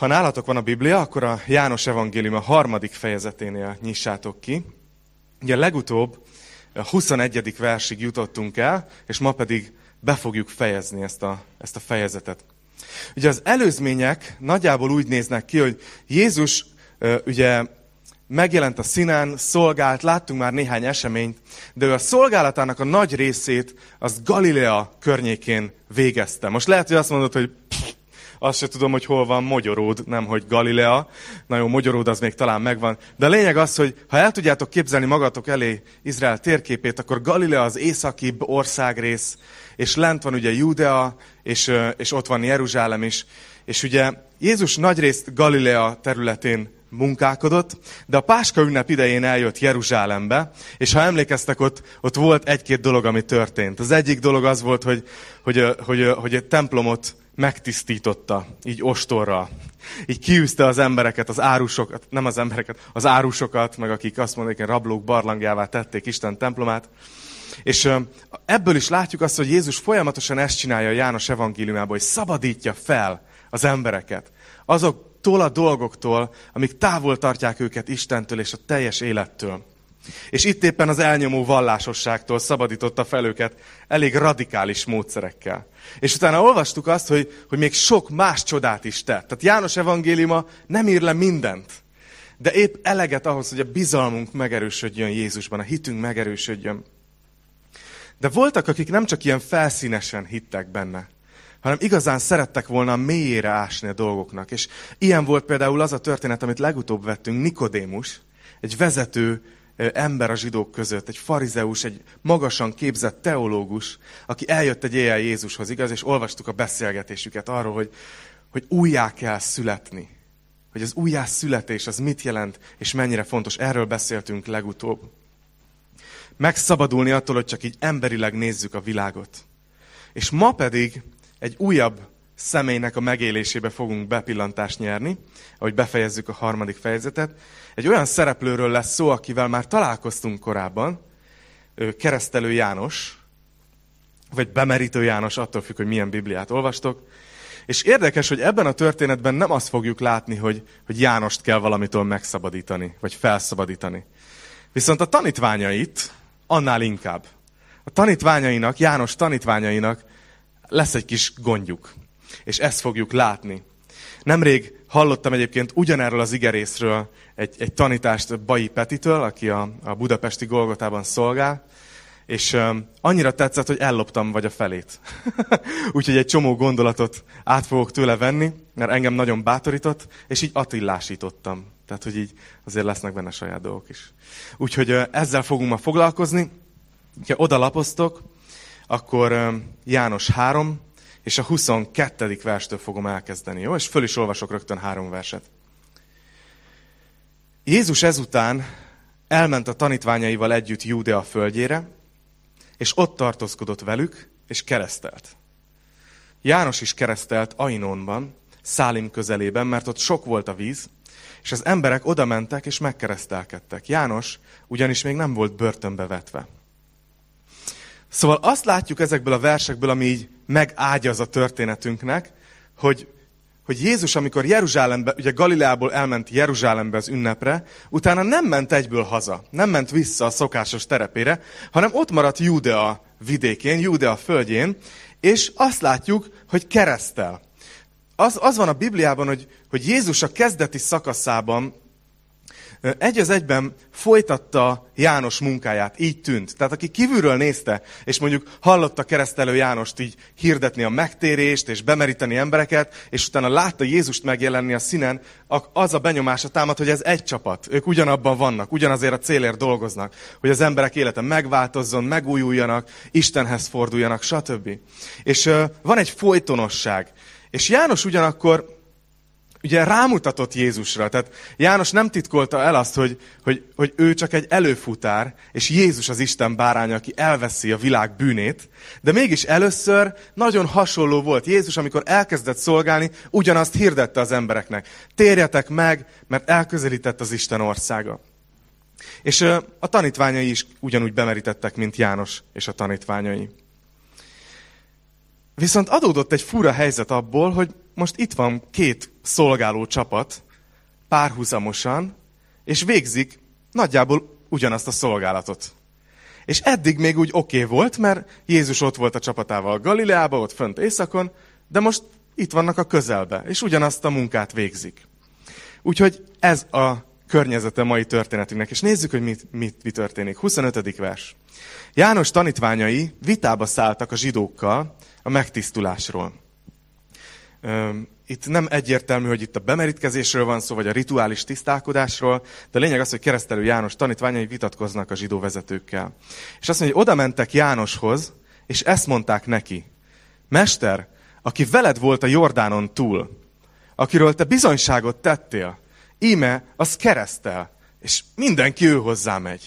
Ha nálatok van a Biblia, akkor a János evangélium a 3. fejezeténél nyissátok ki. Ugye legutóbb a 21. versig jutottunk el, és ma pedig be fogjuk fejezni ezt a fejezetet. Ugye az előzmények nagyjából úgy néznek ki, hogy Jézus ugye megjelent a színen, szolgált, láttunk már néhány eseményt, de ő a szolgálatának a nagy részét az Galilea környékén végezte. Most lehet, hogy azt mondod, hogy azt se tudom, hogy hol van Mogyoród, nem hogy Galilea. Na jó, Mogyoród az még talán megvan. De a lényeg az, hogy ha el tudjátok képzelni magatok elé Izrael térképét, akkor Galilea az északibb országrész, és lent van ugye Judea, és ott van Jeruzsálem is. És ugye Jézus nagyrészt Galilea területén munkálkodott, de a Páska ünnep idején eljött Jeruzsálembe, és ha emlékeztek, ott volt egy-két dolog, ami történt. Az egyik dolog az volt, hogy egy templomot megtisztította, így ostorral. Így kiűzte az embereket, az árusokat, nem az embereket, az árusokat, meg akik azt mondják, hogy rablók barlangjává tették Isten templomát. És ebből is látjuk azt, hogy Jézus folyamatosan ezt csinálja a János evangéliumában, hogy szabadítja fel az embereket azoktól a dolgoktól, amik távol tartják őket Istentől és a teljes élettől. És itt éppen az elnyomó vallásosságtól szabadította fel őket elég radikális módszerekkel. És utána olvastuk azt, hogy még sok más csodát is tett. Tehát János evangéliuma nem ír le mindent, de épp eleget ahhoz, hogy a bizalmunk megerősödjön Jézusban, a hitünk megerősödjön. De voltak, akik nem csak ilyen felszínesen hittek benne, hanem igazán szerettek volna mélyére ásni a dolgoknak. És ilyen volt például az a történet, amit legutóbb vettünk, Nikodémus, egy vezető ember a zsidók között, egy farizeus, egy magasan képzett teológus, aki eljött egy éjjel Jézushoz, igaz, és olvastuk a beszélgetésüket arról, hogy újjá kell születni. Hogy az újjászületés az mit jelent, és mennyire fontos. Erről beszéltünk legutóbb. Megszabadulni attól, hogy csak így emberileg nézzük a világot. És ma pedig egy újabb személynek a megélésébe fogunk bepillantást nyerni, ahogy befejezzük a 3. fejezetet. Egy olyan szereplőről lesz szó, akivel már találkoztunk korábban, Keresztelő János, vagy Bemerítő János, attól függ, hogy milyen Bibliát olvastok. És érdekes, hogy ebben a történetben nem azt fogjuk látni, hogy Jánost kell valamitől megszabadítani, vagy felszabadítani. Viszont a tanítványait annál inkább. A tanítványainak, János tanítványainak lesz egy kis gondjuk. És ezt fogjuk látni. Nemrég hallottam egyébként ugyanerről az igerészről egy tanítást Bai Petitől, aki a budapesti Golgotában szolgál, és annyira tetszett, hogy elloptam vagy a felét. Úgyhogy egy csomó gondolatot át fogok tőle venni, mert engem nagyon bátorított, és így attillásítottam. Tehát, hogy így azért lesznek benne saját dolgok is. Úgyhogy ezzel fogunk ma foglalkozni. Ha oda lapoztok, akkor János 3, és a 22. verstől fogom elkezdeni, jó? És föl is olvasok rögtön 3 verset. Jézus ezután elment a tanítványaival együtt Júdea földjére, és ott tartózkodott velük, és keresztelt. János is keresztelt Ainonban, Szálim közelében, mert ott sok volt a víz, és az emberek oda mentek, és megkeresztelkedtek. János ugyanis még nem volt börtönbe vetve. Szóval azt látjuk ezekből a versekből, ami így megágyaz a történetünknek, hogy Jézus, amikor Jeruzsálembe, ugye Galileából elment Jeruzsálembe az ünnepre, utána nem ment egyből haza, nem ment vissza a szokásos terepére, hanem ott maradt Júdea vidékén, Júdea földjén, és azt látjuk, hogy keresztel. Az van a Bibliában, hogy Jézus a kezdeti szakaszában egy az egyben folytatta János munkáját, így tűnt. Tehát aki kívülről nézte, és mondjuk hallotta Keresztelő Jánost így hirdetni a megtérést, és bemeríteni embereket, és utána látta Jézust megjelenni a színen, az a benyomása támad, hogy ez egy csapat. Ők ugyanabban vannak, ugyanazért a célért dolgoznak, hogy az emberek élete megváltozzon, megújuljanak, Istenhez forduljanak, stb. És van egy folytonosság. És János ugyanakkor ugye rámutatott Jézusra, tehát János nem titkolta el azt, hogy ő csak egy előfutár, és Jézus az Isten báránya, aki elveszi a világ bűnét, de mégis először nagyon hasonló volt. Jézus, amikor elkezdett szolgálni, ugyanazt hirdette az embereknek. Térjetek meg, mert elközelített az Isten országa. És a tanítványai is ugyanúgy bemerítettek, mint János és a tanítványai. Viszont adódott egy fura helyzet abból, most itt van két szolgáló csapat párhuzamosan, és végzik nagyjából ugyanazt a szolgálatot. És eddig még úgy oké volt, mert Jézus ott volt a csapatával Galileában, ott fönt északon, de most itt vannak a közelbe, és ugyanazt a munkát végzik. Úgyhogy ez a környezete mai történetünknek. És nézzük, hogy mi történik. 25. vers. János tanítványai vitába szálltak a zsidókkal a megtisztulásról. Itt nem egyértelmű, hogy itt a bemerítkezésről van szó, vagy a rituális tisztálkodásról, de a lényeg az, hogy keresztelő János tanítványai vitatkoznak a zsidó vezetőkkel. És azt mondja, hogy oda mentek Jánoshoz, és ezt mondták neki. Mester, aki veled volt a Jordánon túl, akiről te bizonyságot tettél, íme az keresztel, és mindenki ő hozzá megy.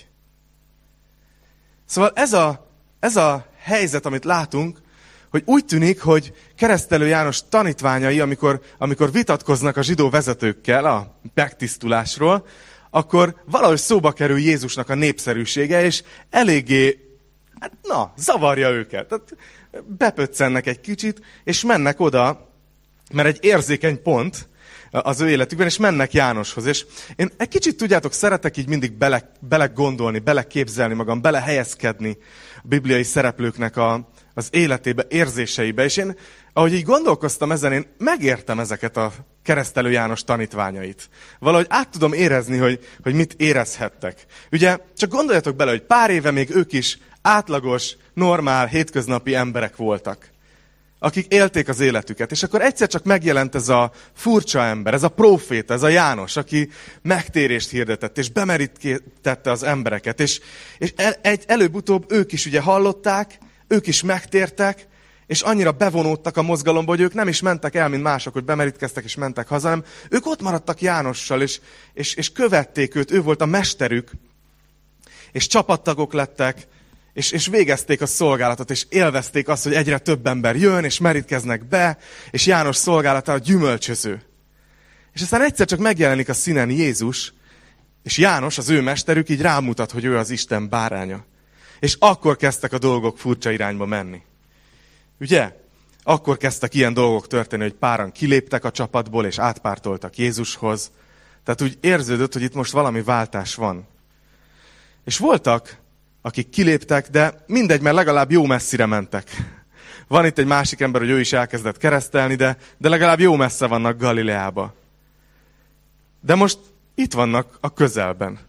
Szóval ez a helyzet, amit látunk, hogy úgy tűnik, hogy keresztelő János tanítványai, amikor vitatkoznak a zsidó vezetőkkel a megtisztulásról, akkor valahogy szóba kerül Jézusnak a népszerűsége, és eléggé, zavarja őket. Tehát bepöccennek egy kicsit, és mennek oda, mert egy érzékeny pont az ő életükben, és mennek Jánoshoz. És én egy kicsit, tudjátok, szeretek így mindig belegondolni, beleképzelni magam, belehelyezkedni a bibliai szereplőknek az életébe, érzéseibe. És én, ahogy így gondolkoztam ezen, én megértem ezeket a keresztelő János tanítványait. Valahogy át tudom érezni, hogy mit érezhettek. Ugye, csak gondoljatok bele, hogy pár éve még ők is átlagos, normál, hétköznapi emberek voltak, akik élték az életüket. És akkor egyszer csak megjelent ez a furcsa ember, ez a próféta, ez a János, aki megtérést hirdetett, és bemerítette az embereket. És előbb-utóbb ők is ugye hallották, ők is megtértek, és annyira bevonódtak a mozgalomba, hogy ők nem is mentek el, mint mások, hogy bemerítkeztek és mentek haza, hanem ők ott maradtak Jánossal, és követték őt, ő volt a mesterük, és csapattagok lettek, és végezték a szolgálatot, és élvezték azt, hogy egyre több ember jön, és merítkeznek be, és János szolgálata a gyümölcsöző. És aztán egyszer csak megjelenik a színen Jézus, és János, az ő mesterük, így rámutat, hogy ő az Isten báránya. És akkor kezdtek a dolgok furcsa irányba menni. Ugye? Akkor kezdtek ilyen dolgok történni, hogy páran kiléptek a csapatból, és átpártoltak Jézushoz. Tehát úgy érződött, hogy itt most valami váltás van. És voltak, akik kiléptek, de mindegy, mert legalább jó messzire mentek. Van itt egy másik ember, hogy ő is elkezdett keresztelni, de legalább jó messze vannak Galileába. De most itt vannak a közelben.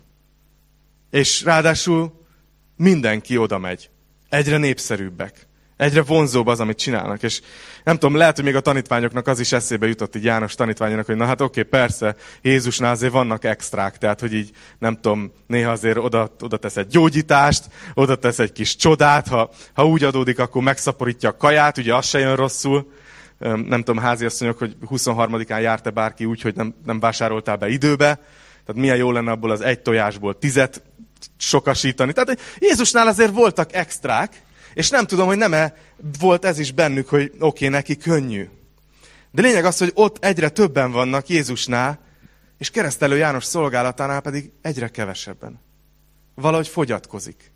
És ráadásul mindenki oda megy. Egyre népszerűbbek. Egyre vonzóbb az, amit csinálnak. És nem tudom, lehet, hogy még a tanítványoknak az is eszébe jutott így János tanítványának, hogy na hát oké, persze, Jézusnál azért vannak extrák, tehát hogy így, nem tudom, néha azért oda tesz egy gyógyítást, oda tesz egy kis csodát, ha úgy adódik, akkor megszaporítja a kaját, ugye az se jön rosszul. Nem tudom, háziasszonyok, hogy 23-án járt-e bárki úgy, hogy nem vásároltál be időbe. Tehát milyen jó lenne abból az egy tojásból 10 sokasítani. Tehát Jézusnál azért voltak extrák, és nem tudom, hogy nem-e volt ez is bennük, hogy oké, neki könnyű. De lényeg az, hogy ott egyre többen vannak Jézusnál, és keresztelő János szolgálatánál pedig egyre kevesebben. Valahogy fogyatkozik.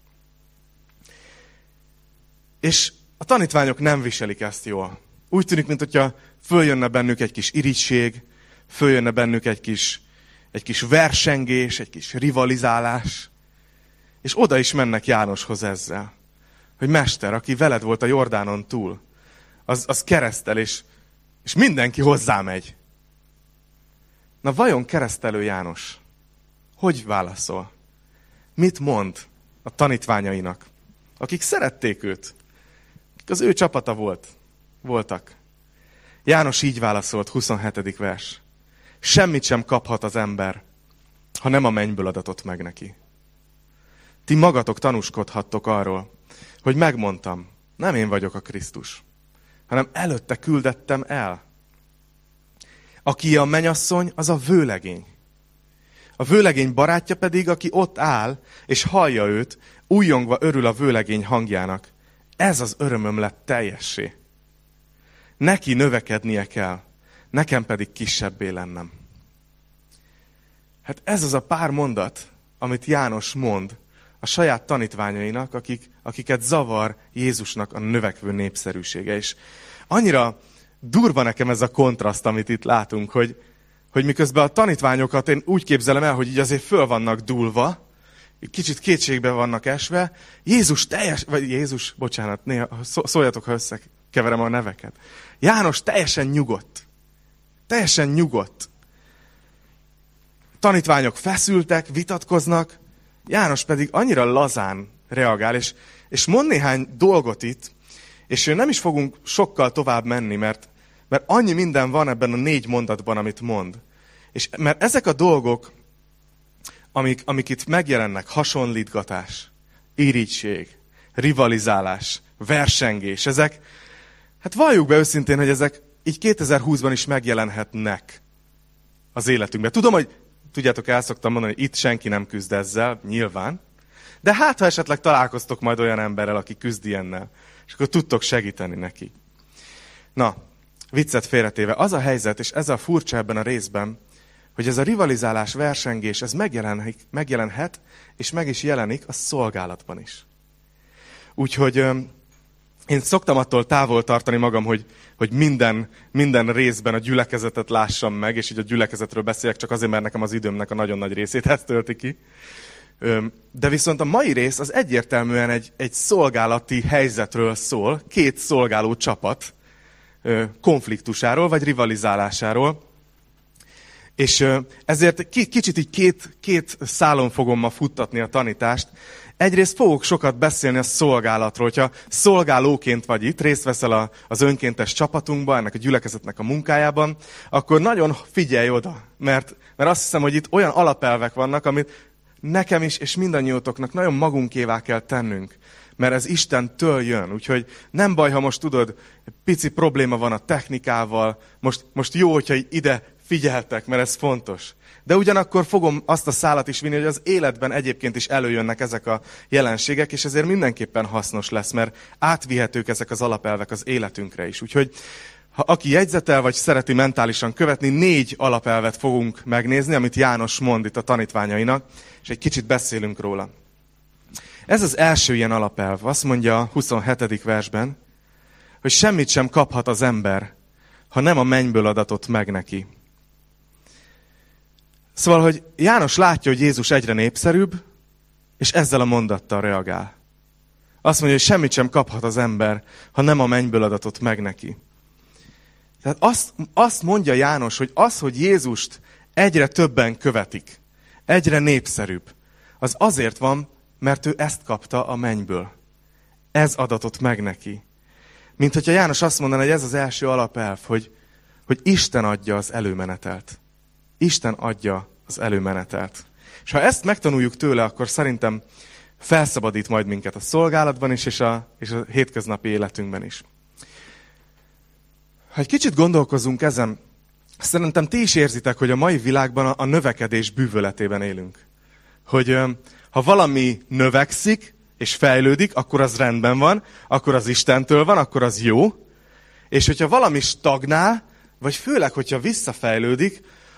És a tanítványok nem viselik ezt jól. Úgy tűnik, mintha följönne bennük egy kis irigység, följönne bennük egy kis versengés, egy kis rivalizálás. És oda is mennek Jánoshoz ezzel. Hogy mester, aki veled volt a Jordánon túl, az keresztel, és mindenki hozzámegy. Na vajon keresztelő János hogy válaszol? Mit mond a tanítványainak, akik szerették őt, akik az ő csapata voltak? János így válaszolt, 27. vers. Semmit sem kaphat az ember, ha nem a mennyből adatott meg neki. Ti magatok tanúskodhattok arról, hogy megmondtam, nem én vagyok a Krisztus, hanem előtte küldettem el. Aki a mennyasszony, az a vőlegény. A vőlegény barátja pedig, aki ott áll, és hallja őt, újjongva örül a vőlegény hangjának. Ez az örömöm lett teljessé. Neki növekednie kell, nekem pedig kisebbé lennem. Hát ez az a pár mondat, amit János mond a saját tanítványainak, akiket zavar Jézusnak a növekvő népszerűsége. És annyira durva nekem ez a kontraszt, amit itt látunk, hogy miközben a tanítványokat én úgy képzelem el, hogy így azért föl vannak dúlva, kicsit kétségbe vannak esve, néha szóljatok, ha összekeverem a neveket. János teljesen nyugodt. Teljesen nyugodt. Tanítványok feszültek, vitatkoznak, János pedig annyira lazán reagál, és mond néhány dolgot itt, és nem is fogunk sokkal tovább menni, mert annyi minden van ebben a 4 mondatban, amit mond. És mert ezek a dolgok, amik itt megjelennek, hasonlítgatás, irigység, rivalizálás, versengés, ezek, hát valljuk be őszintén, hogy ezek így 2020-ban is megjelenhetnek az életünkben. Tudom, hogy tudjátok, el szoktam mondani, hogy itt senki nem küzd ezzel, nyilván, de hát, ha esetleg találkoztok majd olyan emberrel, aki küzd ilyennel, és akkor tudtok segíteni neki. Na, viccet félretéve, az a helyzet, és ez a furcsa ebben a részben, hogy ez a rivalizálás, versengés, ez megjelenhet, és meg is jelenik a szolgálatban is. Úgyhogy én szoktam attól távol tartani magam, hogy minden részben a gyülekezetet lássam meg, és így a gyülekezetről beszéljek, csak azért, mert nekem az időmnek a nagyon nagy részét ezt tölti ki. De viszont a mai rész az egyértelműen egy szolgálati helyzetről szól, 2 szolgáló csapat konfliktusáról, vagy rivalizálásáról. És ezért kicsit így két szálon fogom ma futtatni a tanítást. Egyrészt fogok sokat beszélni a szolgálatról. Hogyha szolgálóként vagy itt, részt veszel az önkéntes csapatunkban, ennek a gyülekezetnek a munkájában, akkor nagyon figyelj oda. Mert azt hiszem, hogy itt olyan alapelvek vannak, amit nekem is, és mindannyiótoknak nagyon magunkévá kell tennünk. Mert ez Istentől jön. Úgyhogy nem baj, ha most tudod, pici probléma van a technikával, most jó, hogyha ide figyeltek, mert ez fontos. De ugyanakkor fogom azt a szálat is vinni, hogy az életben egyébként is előjönnek ezek a jelenségek, és ezért mindenképpen hasznos lesz, mert átvihetők ezek az alapelvek az életünkre is. Úgyhogy, ha aki jegyzetel, vagy szereti mentálisan követni, 4 alapelvet fogunk megnézni, amit János mond itt a tanítványainak, és egy kicsit beszélünk róla. Ez az első ilyen alapelv. Azt mondja a 27. versben, hogy semmit sem kaphat az ember, ha nem a mennyből adatott meg neki. Szóval, hogy János látja, hogy Jézus egyre népszerűbb, és ezzel a mondattal reagál. Azt mondja, hogy semmit sem kaphat az ember, ha nem a mennyből adatott meg neki. Tehát azt mondja János, hogy az, hogy Jézust egyre többen követik, egyre népszerűbb, az azért van, mert ő ezt kapta a mennyből. Ez adatott meg neki. Mint hogyha János azt mondaná, hogy ez az első alapelv, hogy Isten adja az előmenetelt. Isten adja az előmenetelt. És ha ezt megtanuljuk tőle, akkor szerintem felszabadít majd minket a szolgálatban is, és a hétköznapi életünkben is. Ha egy kicsit gondolkozunk ezen, szerintem ti is érzitek, hogy a mai világban a növekedés bűvöletében élünk. Hogy ha valami növekszik és fejlődik, akkor az rendben van, akkor az Istentől van, akkor az jó. És hogyha valami stagnál, vagy főleg, hogyha visszafejlődik,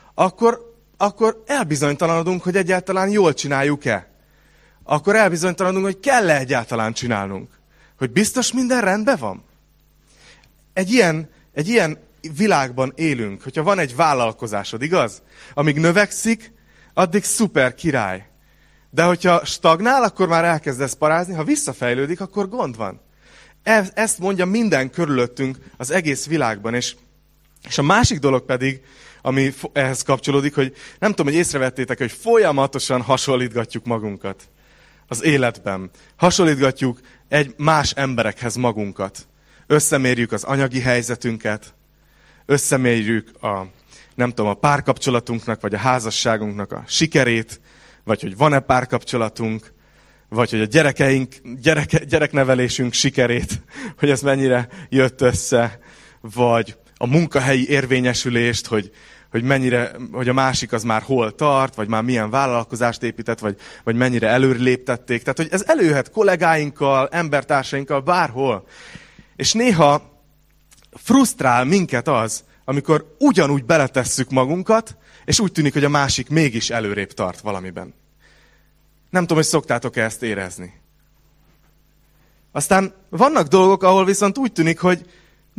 akkor elbizonytalanodunk, hogy egyáltalán jól csináljuk-e. Akkor elbizonytalanodunk, hogy kell-e egyáltalán csinálnunk. Hogy biztos minden rendben van. Egy ilyen világban élünk, hogyha van egy vállalkozásod, igaz? Amíg növekszik, addig szuper király. De hogyha stagnál, akkor már elkezdesz parázni, ha visszafejlődik, akkor gond van. Ezt mondja minden körülöttünk az egész világban. És a másik dolog pedig, ami ehhez kapcsolódik, hogy nem tudom, hogy észrevettétek, hogy folyamatosan hasonlítgatjuk magunkat az életben. Hasonlítgatjuk egy más emberekhez magunkat. Összemérjük az anyagi helyzetünket, összemérjük a párkapcsolatunknak, vagy a házasságunknak a sikerét, vagy hogy van-e párkapcsolatunk, vagy hogy a gyereknevelésünk sikerét, hogy ez mennyire jött össze, vagy a munkahelyi érvényesülést, hogy a másik az már hol tart, vagy már milyen vállalkozást épített, vagy mennyire előre léptették. Tehát, hogy ez előjöhet kollégáinkkal, embertársainkkal, bárhol. És néha frusztrál minket az, amikor ugyanúgy beletesszük magunkat, és úgy tűnik, hogy a másik mégis előrébb tart valamiben. Nem tudom, hogy szoktátok-e ezt érezni. Aztán vannak dolgok, ahol viszont úgy tűnik, hogy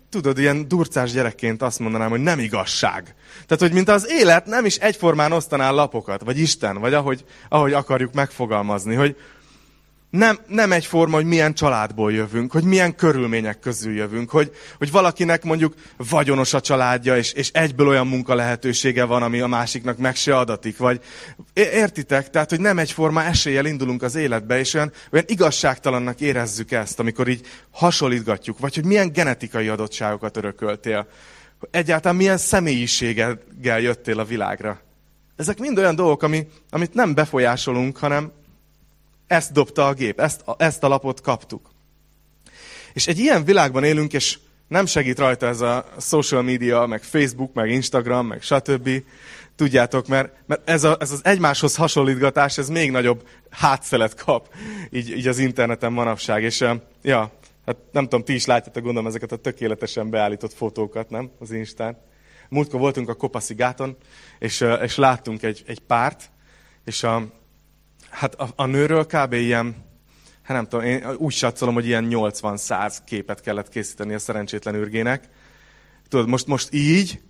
tudod, ilyen durcás gyerekként azt mondanám, hogy nem igazság. Tehát, hogy mint az élet nem is egyformán osztaná lapokat, vagy Isten, vagy ahogy akarjuk megfogalmazni, hogy nem egyforma, hogy milyen családból jövünk, hogy milyen körülmények közül jövünk, hogy valakinek mondjuk vagyonos a családja, és egyből olyan munka lehetősége van, ami a másiknak meg se adatik. Vagy értitek? Tehát, hogy nem egyforma eséllyel indulunk az életbe, és olyan igazságtalannak érezzük ezt, amikor így hasonlítgatjuk, vagy hogy milyen genetikai adottságokat örököltél. Egyáltalán milyen személyiséggel jöttél a világra. Ezek mind olyan dolgok, amit nem befolyásolunk, hanem ezt dobta a gép, ezt a lapot kaptuk. És egy ilyen világban élünk, és nem segít rajta ez a social media, meg Facebook, meg Instagram, meg stb. Tudjátok, mert ez az egymáshoz hasonlítgatás, ez még nagyobb hátszelet kap így az interneten manapság. És hát nem tudom, ti is látjátok, gondolom, ezeket a tökéletesen beállított fotókat, nem? Az Instán. Múltkor voltunk a Kopaszigáton, és láttunk egy párt, és a nőről kb. Ilyen, nem tudom, én úgy satszolom, hogy ilyen 80-100 képet kellett készíteni a szerencsétlen ürgének. Tudod, most így,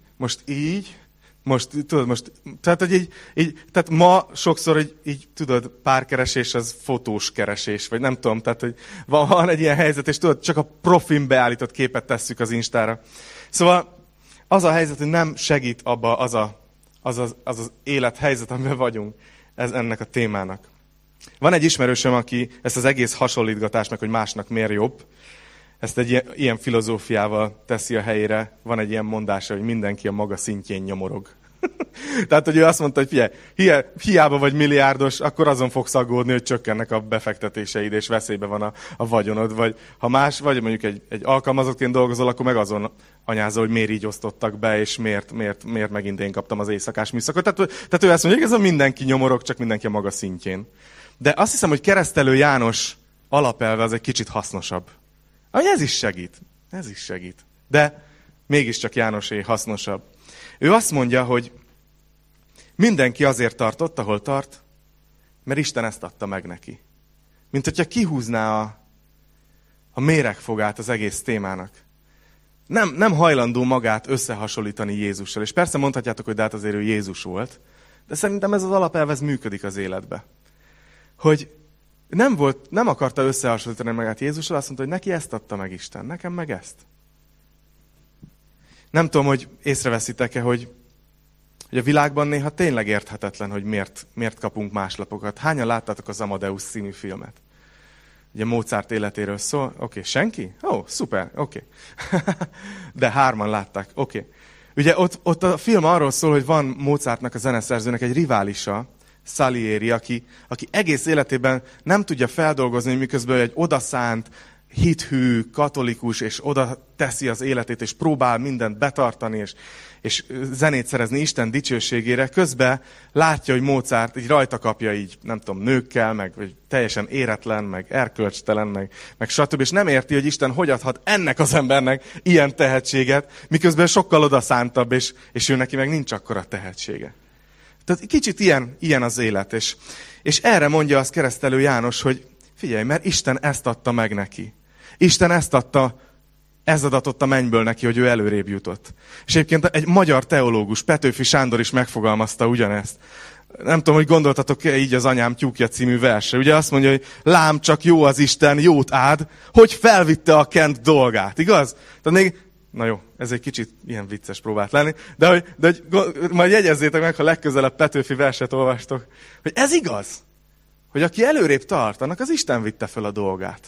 tehát, hogy tehát ma sokszor így, tudod, párkeresés az fotós keresés, vagy nem tudom, tehát, hogy van egy ilyen helyzet, és tudod, csak a profin beállított képet tesszük az Instára. Szóval az a helyzet, hogy nem segít abba az élethelyzet, amiben vagyunk ennek a témának. Van egy ismerősöm, aki ezt az egész hasonlítgatásnak, hogy másnak miért jobb, ezt egy ilyen filozófiával teszi a helyére. Van egy ilyen mondása, hogy mindenki a maga szintjén nyomorog. Tehát, hogy ő azt mondta, hogy figyelj, hiába vagy milliárdos, akkor azon fogsz aggódni, hogy csökkennek a befektetéseid, és veszélybe van a vagyonod. Vagy ha más, vagy mondjuk egy alkalmazottként dolgozol, akkor meg azon anyázol, hogy miért így osztottak be, és miért megint én kaptam az éjszakás műszakot. Tehát ő azt mondja, hogy ez a mindenki nyomorog, csak mindenki a maga szintjén. De azt hiszem, hogy Keresztelő János alapelve az egy kicsit hasznosabb. Ez is segít. De mégiscsak Jánosé hasznosabb. Ő azt mondja, hogy mindenki azért tart, ahol tart, mert Isten ezt adta meg neki. Mint hogyha kihúzná a méregfogát az egész témának. Nem hajlandó magát összehasonlítani Jézussal. És persze mondhatjátok, hogy de hát azért ő Jézus volt. De szerintem ez az alapelv, ez működik az életbe. Hogy nem akarta összehasonlítani magát Jézussal, azt mondta, hogy neki ezt adta meg Isten, nekem meg ezt. Nem tudom, hogy észreveszitek-e, hogy a világban néha tényleg érthetetlen, hogy miért kapunk más lapokat. Hányan láttátok az Amadeus című filmet? Ugye Mozart életéről szól. Oké, senki? Ó, szuper, oké. De 3 látták, oké. Ugye ott a film arról szól, hogy van Mozartnak, a zeneszerzőnek egy riválisa, Salieri, aki egész életében nem tudja feldolgozni, miközben egy odaszánt, hithű, katolikus, és oda teszi az életét, és próbál mindent betartani, és zenét szerezni Isten dicsőségére, közben látja, hogy Mozart így rajta kapja így, nem tudom, nőkkel, meg vagy teljesen éretlen, meg erkölcstelen, meg stb. És nem érti, hogy Isten hogy adhat ennek az embernek ilyen tehetséget, miközben sokkal odaszántabb, és ő neki meg nincs akkora tehetsége. Tehát kicsit ilyen az élet. És erre mondja az Keresztelő János, hogy figyelj, mert Isten ezt adta meg neki. Isten ezt adatott a mennyből neki, hogy ő előrébb jutott. És egyébként egy magyar teológus, Petőfi Sándor is megfogalmazta ugyanezt. Nem tudom, hogy gondoltatok-e így az Anyám tyúkja című versre. Ugye azt mondja, hogy lám csak jó az Isten, jót áld, hogy felvitte a Kent dolgát. Igaz? Tehát még, na jó, ez egy kicsit ilyen vicces próbált lenni, de hogy majd jegyezzétek meg, ha legközelebb Petőfi verset olvastok, hogy ez igaz, hogy aki előrébb tart, annak az Isten vitte fel a dolgát.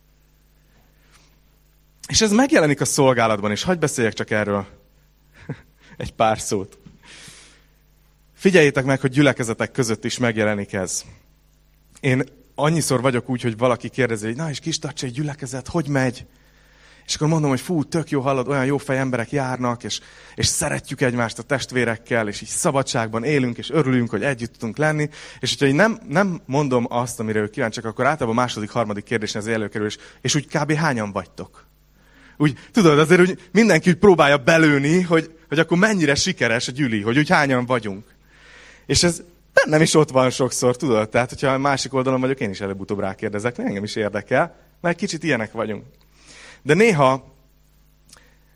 És ez megjelenik a szolgálatban is. Hadd beszéljek csak erről egy pár szót. Figyeljétek meg, hogy gyülekezetek között is megjelenik ez. Én annyiszor vagyok úgy, hogy valaki kérdezi, hogy na és Kistacsai gyülekezet, hogy megy? És akkor mondom, hogy fú, tök jó, hallod, olyan jó fej emberek járnak, és szeretjük egymást a testvérekkel, és így szabadságban élünk, és örülünk, hogy együtt tudunk lenni. És hogyha én nem mondom azt, amire ők kíváncsiak, akkor általában a második, harmadik kérdésnél az előkerül, és úgy kb. Hányan vagytok? Úgy, tudod, azért úgy mindenki úgy próbálja belőni, hogy akkor mennyire sikeres a gyüli, hogy úgy hányan vagyunk. És ez bennem is ott van sokszor, tudod? Tehát, hogyha a másik oldalon vagyok, én is előbb-utóbb rákérdezek, engem is érdekel, mert kicsit ilyenek vagyunk. De néha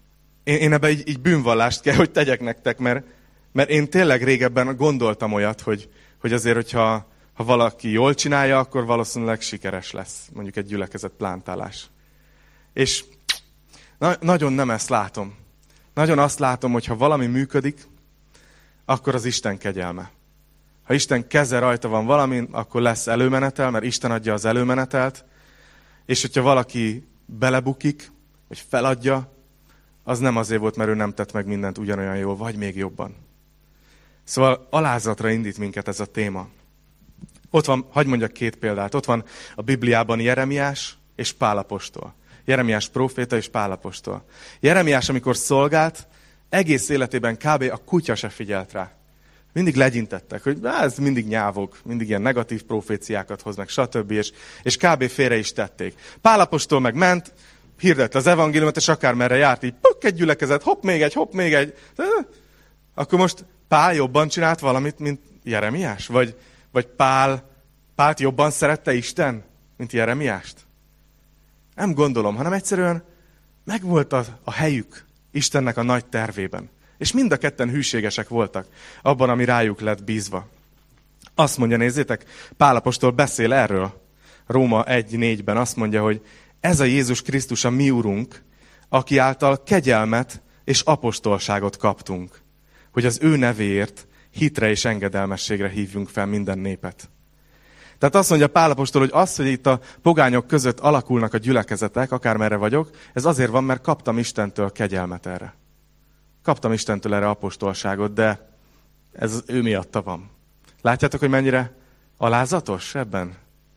Én ebbe így bűnvallást kell, hogy tegyek nektek, mert én tényleg régebben gondoltam olyat, hogy azért, hogyha valaki jól csinálja, akkor valószínűleg sikeres lesz, mondjuk egy gyülekezet plántálás. És nagyon nem ezt látom. Nagyon azt látom, hogy ha valami működik, akkor az Isten kegyelme. Ha Isten keze rajta van valamin, akkor lesz előmenetel, mert Isten adja az előmenetelt, és hogyha valaki belebukik, vagy feladja, az nem azért volt, mert ő nem tett meg mindent ugyanolyan jól, vagy még jobban. Szóval alázatra indít minket ez a téma. Ott van, hadd mondjak 2 példát, ott van a Bibliában Jeremiás és Pál apostol. Jeremiás próféta és Pál apostol. Jeremiás, amikor szolgált, egész életében kb. A kutya se figyelt rá. Mindig legyintettek, hogy ez mindig nyávog, mindig ilyen negatív proféciákat hoz meg, stb. És kb. Félre is tették. Pál apostol meg ment, hirdette az evangéliumot, és akármerre járt, így egy gyülekezet, hopp még egy. Akkor most Pál jobban csinált valamit, mint Jeremiás? Vagy Pált jobban szerette Isten, mint Jeremiást? Nem gondolom, hanem egyszerűen megvolt a helyük Istennek a nagy tervében. És mind a ketten hűségesek voltak abban, ami rájuk lett bízva. Azt mondja, nézzétek, Pál apostol beszél erről. Róma 1:4-ben azt mondja, hogy ez a Jézus Krisztus a mi Urunk, aki által kegyelmet és apostolságot kaptunk, hogy az ő nevéért hitre és engedelmességre hívjunk fel minden népet. Tehát azt mondja Pál apostol, hogy az, hogy itt a pogányok között alakulnak a gyülekezetek, akármerre vagyok, ez azért van, mert kaptam Istentől kegyelmet erre. Kaptam Istentől erre apostolságot, de ez ő miatta van. Látjátok, hogy mennyire alázatos ebben?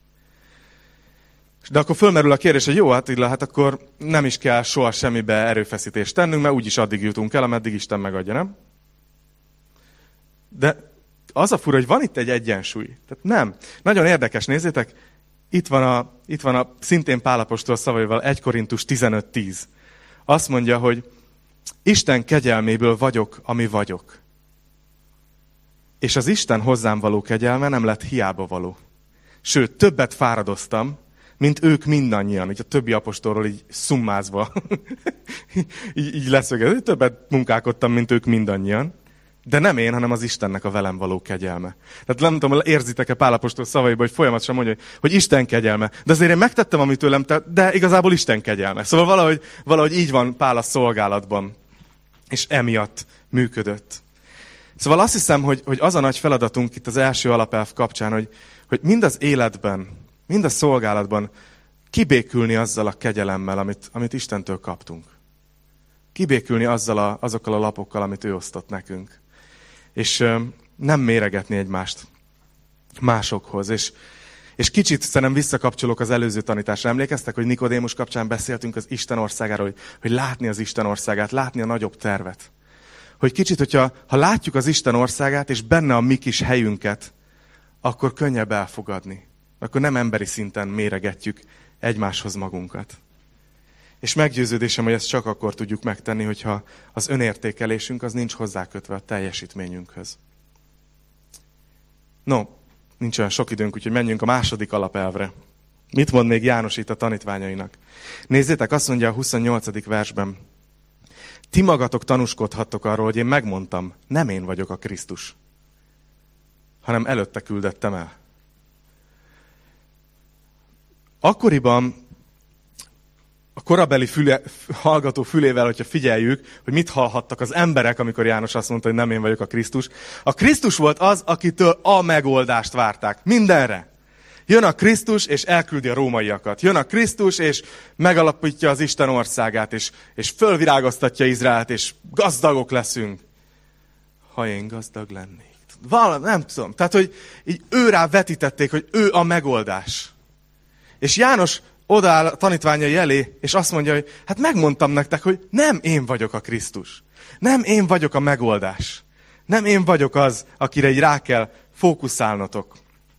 De akkor fölmerül a kérdés, hogy jó, hát akkor nem is kell soha semmibe erőfeszítést tennünk, mert úgyis addig jutunk el, ameddig Isten megadja, nem? De az a fura, hogy van itt egy egyensúly. Tehát nem. Nagyon érdekes, nézzétek, itt van a szintén Pál apostol szavaival 1 Korintus 15:10. Azt mondja, hogy Isten kegyelméből vagyok, ami vagyok. És az Isten hozzám való kegyelme nem lett hiába való. Sőt, többet fáradoztam, mint ők mindannyian. Így a többi apostolról így szummázva. így leszögező. Többet munkálkodtam, mint ők mindannyian. De nem én, hanem az Istennek a velem való kegyelme. Tehát nem tudom, érzitek-e Pál apostol szavaiba, hogy folyamatosan mondja, hogy Isten kegyelme. De azért én megtettem, amit tőlem tett, de igazából Isten kegyelme. Szóval valahogy így van Pál a szolgálatban. És emiatt működött. Szóval azt hiszem, hogy az a nagy feladatunk itt az első alapelv kapcsán, hogy mind az életben, mind a szolgálatban kibékülni azzal a kegyelemmel, amit Istentől kaptunk. Kibékülni azokkal a lapokkal, amit ő osztott nekünk. És nem méregetni egymást másokhoz. És kicsit szerintem visszakapcsolok az előző tanításra. Emlékeztek, hogy Nikodémus kapcsán beszéltünk az Isten országáról, hogy látni az Isten országát, látni a nagyobb tervet. Hogy kicsit, hogyha látjuk az Isten országát, és benne a mi kis helyünket, akkor könnyebb elfogadni. Akkor nem emberi szinten méregetjük egymáshoz magunkat. És meggyőződésem, hogy ezt csak akkor tudjuk megtenni, hogyha az önértékelésünk az nincs hozzákötve a teljesítményünkhöz. No, nincs olyan sok időnk, úgyhogy menjünk a második alapelvre. Mit mond még János itt a tanítványainak? Nézzétek, azt mondja a 28. versben. Ti magatok tanúskodhattok arról, hogy én megmondtam, nem én vagyok a Krisztus, hanem előtte küldettem el. Akkoriban a korabeli hallgató fülével, hogyha figyeljük, hogy mit hallhattak az emberek, amikor János azt mondta, hogy nem én vagyok a Krisztus. A Krisztus volt az, akitől a megoldást várták. Mindenre. Jön a Krisztus, és elküldi a rómaiakat. Jön a Krisztus, és megalapítja az Isten országát, és fölvirágoztatja Izraelt, és gazdagok leszünk. Ha én gazdag lennék. Nem tudom. Tehát, hogy így őrá vetítették, hogy ő a megoldás. És János odaáll a tanítványai elé, és azt mondja, hogy hát megmondtam nektek, hogy nem én vagyok a Krisztus. Nem én vagyok a megoldás. Nem én vagyok az, akire így rá kell fókuszálnotok.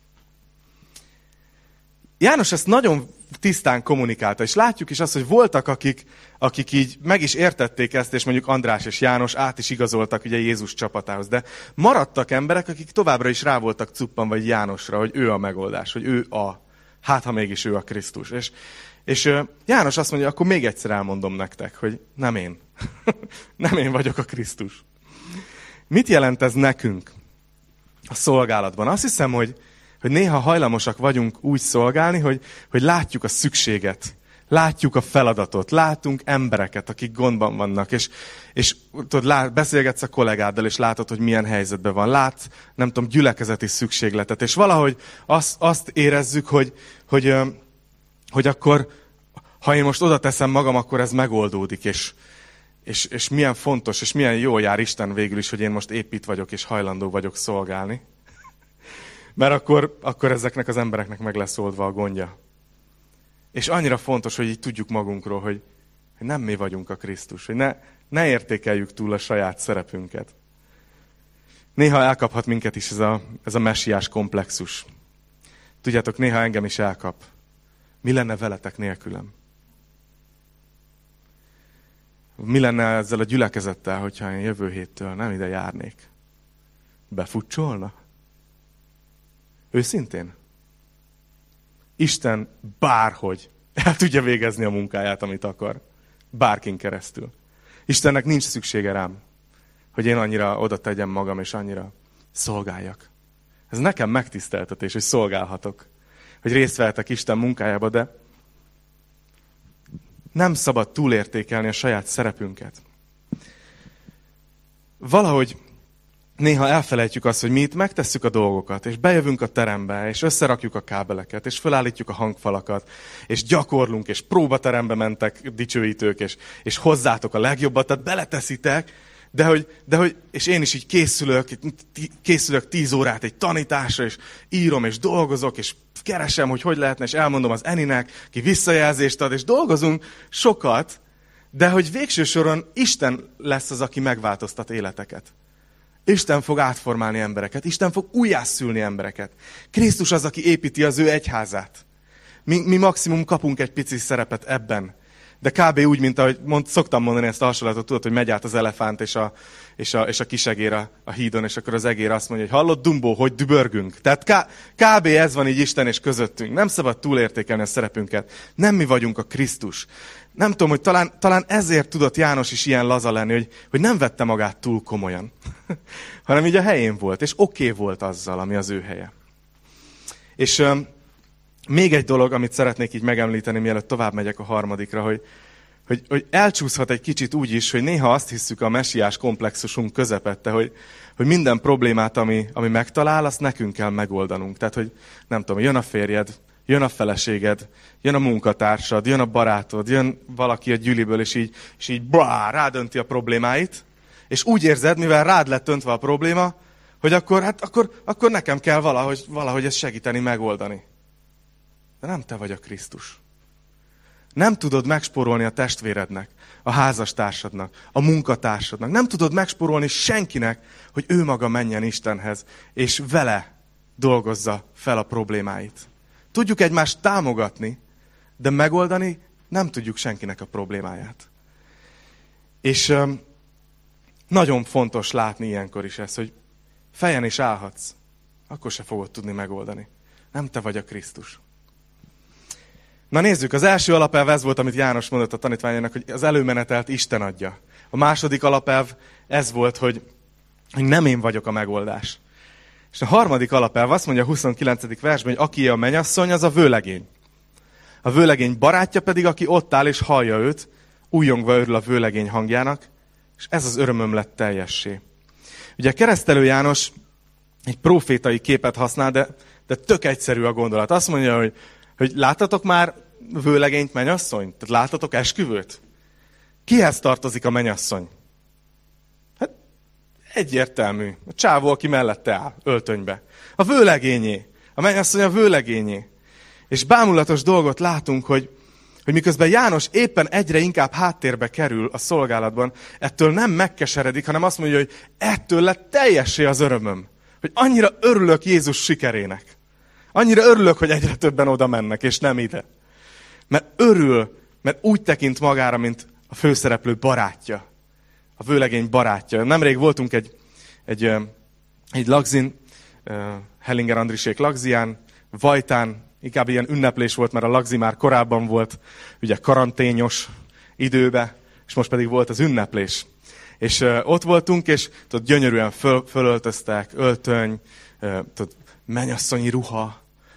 János ezt nagyon tisztán kommunikálta, és látjuk is azt, hogy voltak, akik így meg is értették ezt, és mondjuk András és János át is igazoltak ugye Jézus csapatához. De maradtak emberek, akik továbbra is rá voltak cuppanva Jánosra, hogy ő a megoldás, hogy ő hát ha mégis ő a Krisztus. És János azt mondja, akkor még egyszer elmondom nektek, hogy nem én, Nem én vagyok a Krisztus. Mit jelent ez nekünk a szolgálatban? Azt hiszem, hogy néha hajlamosak vagyunk úgy szolgálni, hogy látjuk a szükséget, látjuk a feladatot, látunk embereket, akik gondban vannak, és tudod, beszélgetsz a kollégáddal, és látod, hogy milyen helyzetben van. Látsz, nem tudom, gyülekezeti szükségletet, és valahogy azt érezzük, hogy akkor, ha én most oda teszem magam, akkor ez megoldódik, és milyen fontos, és milyen jól jár Isten végül is, hogy én most épp itt vagyok, és hajlandó vagyok szolgálni. Mert akkor ezeknek az embereknek meg lesz oldva a gondja. És annyira fontos, hogy így tudjuk magunkról, hogy nem mi vagyunk a Krisztus, hogy ne értékeljük túl a saját szerepünket. Néha elkaphat minket is ez a messiás komplexus. Tudjátok, néha engem is elkap. Mi lenne veletek nélkülem? Mi lenne ezzel a gyülekezettel, hogyha én jövő héttől nem ide járnék? Befutcsolna? Őszintén? Isten bárhogy el tudja végezni a munkáját, amit akar. Bárkin keresztül. Istennek nincs szüksége rám, hogy én annyira oda tegyem magam, és annyira szolgáljak. Ez nekem megtiszteltetés, hogy szolgálhatok. Hogy részt vehetek Isten munkájába, de nem szabad túlértékelni a saját szerepünket. Valahogy néha elfelejtjük azt, hogy mi itt megtesszük a dolgokat, és bejövünk a terembe, és összerakjuk a kábeleket, és felállítjuk a hangfalakat, és gyakorlunk, és próbaterembe mentek dicsőítők, és hozzátok a legjobbat, tehát beleteszitek, de hogy és én is így készülök 10 órát egy tanításra, és írom, és dolgozok, és keresem, hogy lehetne, és elmondom az Eninek, ki visszajelzést ad, és dolgozunk sokat, de hogy végső soron Isten lesz az, aki megváltoztat életeket. Isten fog átformálni embereket, Isten fog újjászülni embereket. Krisztus az, aki építi az ő egyházát. Mi maximum kapunk egy pici szerepet ebben. De kb. Úgy, mint ahogy szoktam mondani ezt a hasonlatot, tudod, hogy megy át az elefánt és a kisegér a hídon, és akkor az egér azt mondja, hogy hallod, Dumbo, hogy dübörgünk. Tehát kb. Ez van így Isten és közöttünk. Nem szabad túlértékelni a szerepünket. Nem mi vagyunk a Krisztus. Nem tudom, hogy talán ezért tudott János is ilyen laza lenni, hogy nem vette magát túl komolyan, hanem így a helyén volt, és oké volt azzal, ami az ő helye. És még egy dolog, amit szeretnék így megemlíteni, mielőtt tovább megyek a harmadikra, hogy elcsúszhat egy kicsit úgy is, hogy néha azt hisszük a messiás komplexusunk közepette, hogy minden problémát, ami megtalál, azt nekünk kell megoldanunk. Tehát, hogy nem tudom, jön a férjed, jön a feleséged, jön a munkatársad, jön a barátod, jön valaki a gyűliből, és így rádönti a problémáit, és úgy érzed, mivel rád lett öntve a probléma, hogy akkor nekem kell valahogy ezt segíteni, megoldani. De nem te vagy a Krisztus. Nem tudod megspórolni a testvérednek, a házastársadnak, a munkatársadnak. Nem tudod megspórolni senkinek, hogy ő maga menjen Istenhez, és vele dolgozza fel a problémáit. Tudjuk egymást támogatni, de megoldani nem tudjuk senkinek a problémáját. És nagyon fontos látni ilyenkor is ezt, hogy fejen is állhatsz, akkor se fogod tudni megoldani. Nem te vagy a Krisztus. Na nézzük, az első alapelv ez volt, amit János mondott a tanítványának, hogy az előmenetelt Isten adja. A második alapelv ez volt, hogy nem én vagyok a megoldás. És a harmadik alapelv azt mondja a 29. versben, hogy aki a mennyasszony, az a vőlegény. A vőlegény barátja pedig, aki ott áll és hallja őt, újjongva örül a vőlegény hangjának, és ez az örömöm lett teljessé. Ugye a keresztelő János egy profétai képet használ, de tök egyszerű a gondolat. Azt mondja, hogy láttatok már vőlegényt, mennyasszonyt? Tehát láttatok esküvőt? Kihez tartozik a mennyasszony? Hát egyértelmű. A csávó, aki mellette áll, öltönybe. A vőlegényé. A mennyasszony a vőlegényé. És bámulatos dolgot látunk, hogy miközben János éppen egyre inkább háttérbe kerül a szolgálatban, ettől nem megkeseredik, hanem azt mondja, hogy ettől lett teljessé az örömöm. Hogy annyira örülök Jézus sikerének. Annyira örülök, hogy egyre többen oda mennek, és nem ide. Mert örül, mert úgy tekint magára, mint a főszereplő barátja. A vőlegény barátja. Nemrég voltunk egy lagzin, Hellinger Andrisék lagzián, Vajtán, inkább ilyen ünneplés volt, mert a lagzi már korábban volt, ugye karanténos időben, és most pedig volt az ünneplés. És ott voltunk, és tudod, gyönyörűen fölöltöztek, öltöny, tudod, mennyasszonyi ruha.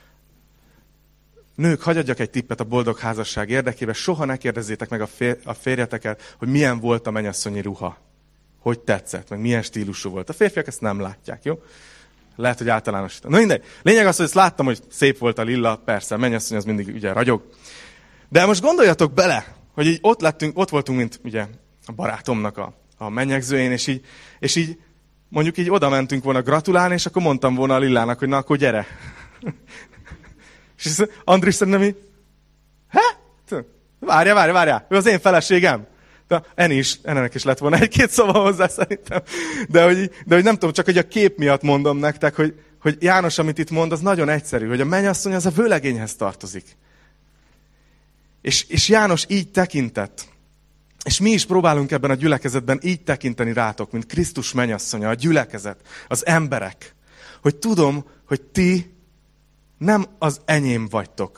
Nők, hadd adjak egy tippet a boldog házasság érdekében, soha ne kérdezzétek meg a férjeteket, hogy milyen volt a mennyasszonyi ruha. Hogy tetszett, meg milyen stílusú volt. A férfiak ezt nem látják, jó? Lehet, hogy általánosítom. Na mindegy. Lényeg az, hogy ezt láttam, hogy szép volt a lilla, persze, a mennyasszony az mindig ugye ragyog. De most gondoljatok bele, hogy így ott voltunk, mint ugye a barátomnak a mennyegzőjén, és így mondjuk így oda mentünk volna gratulálni, és akkor mondtam volna a Lillának, hogy na, akkor gyere. És Andris szerintem így, várjál, ő az én feleségem. De ennek is lett volna egy-két szava hozzá szerintem. De hogy nem tudom, csak hogy a kép miatt mondom nektek, hogy János, amit itt mond, az nagyon egyszerű, hogy a mennyasszony az a vőlegényhez tartozik. És János így tekintett. És mi is próbálunk ebben a gyülekezetben így tekinteni rátok, mint Krisztus mennyasszonya, a gyülekezet, az emberek. Hogy tudom, hogy ti nem az enyém vagytok.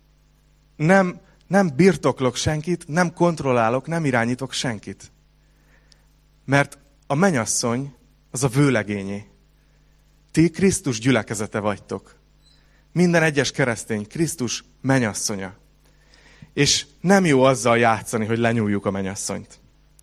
Nem birtoklok senkit, nem kontrollálok, nem irányítok senkit. Mert a mennyasszony az a vőlegényé. Ti Krisztus gyülekezete vagytok. Minden egyes keresztény Krisztus mennyasszonya. És nem jó azzal játszani, hogy lenyúljuk a mennyasszonyt.